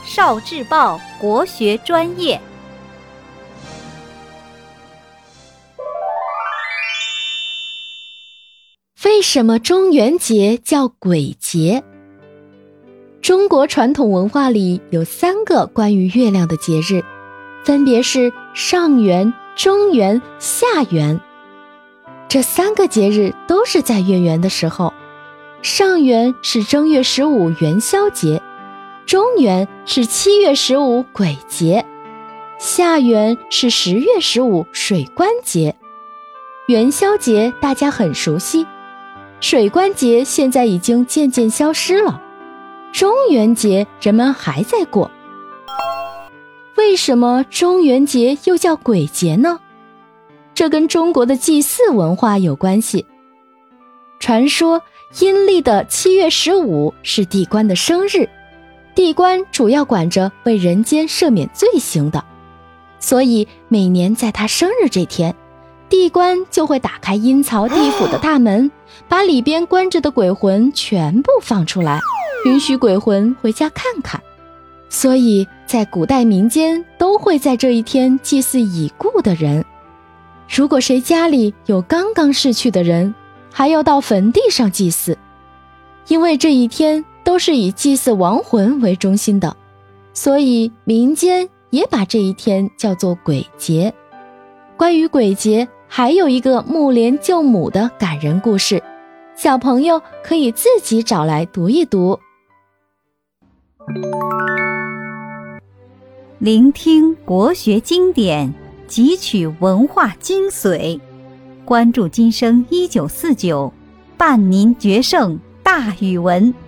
少智报国学专业。 为什么中元节叫鬼节？中国传统文化里有3个关于月亮的节日，分别是上元、中元、下元。这3个节日都是在月圆的时候。上元是正月15元宵节，中元是7月15鬼节，下元是10月15水官节。元宵节大家很熟悉，水官节现在已经渐渐消失了，中元节人们还在过。为什么中元节又叫鬼节呢？这跟中国的祭祀文化有关系。传说阴历的7月15是地官的生日，地官主要管着为人间赦免罪行的，所以每年在他生日这天，地官就会打开阴曹地府的大门，把里边关着的鬼魂全部放出来，允许鬼魂回家看看。所以在古代民间都会在这一天祭祀已故的人。如果谁家里有刚刚逝去的人，还要到坟地上祭祀，因为这一天都是以祭祀亡魂为中心的，所以民间也把这一天叫做鬼节。关于鬼节还有一个木莲救母的感人故事，小朋友可以自己找来读一读。 聆听国学经典，汲取文化精髓，关注今生1949，伴您决胜大语文。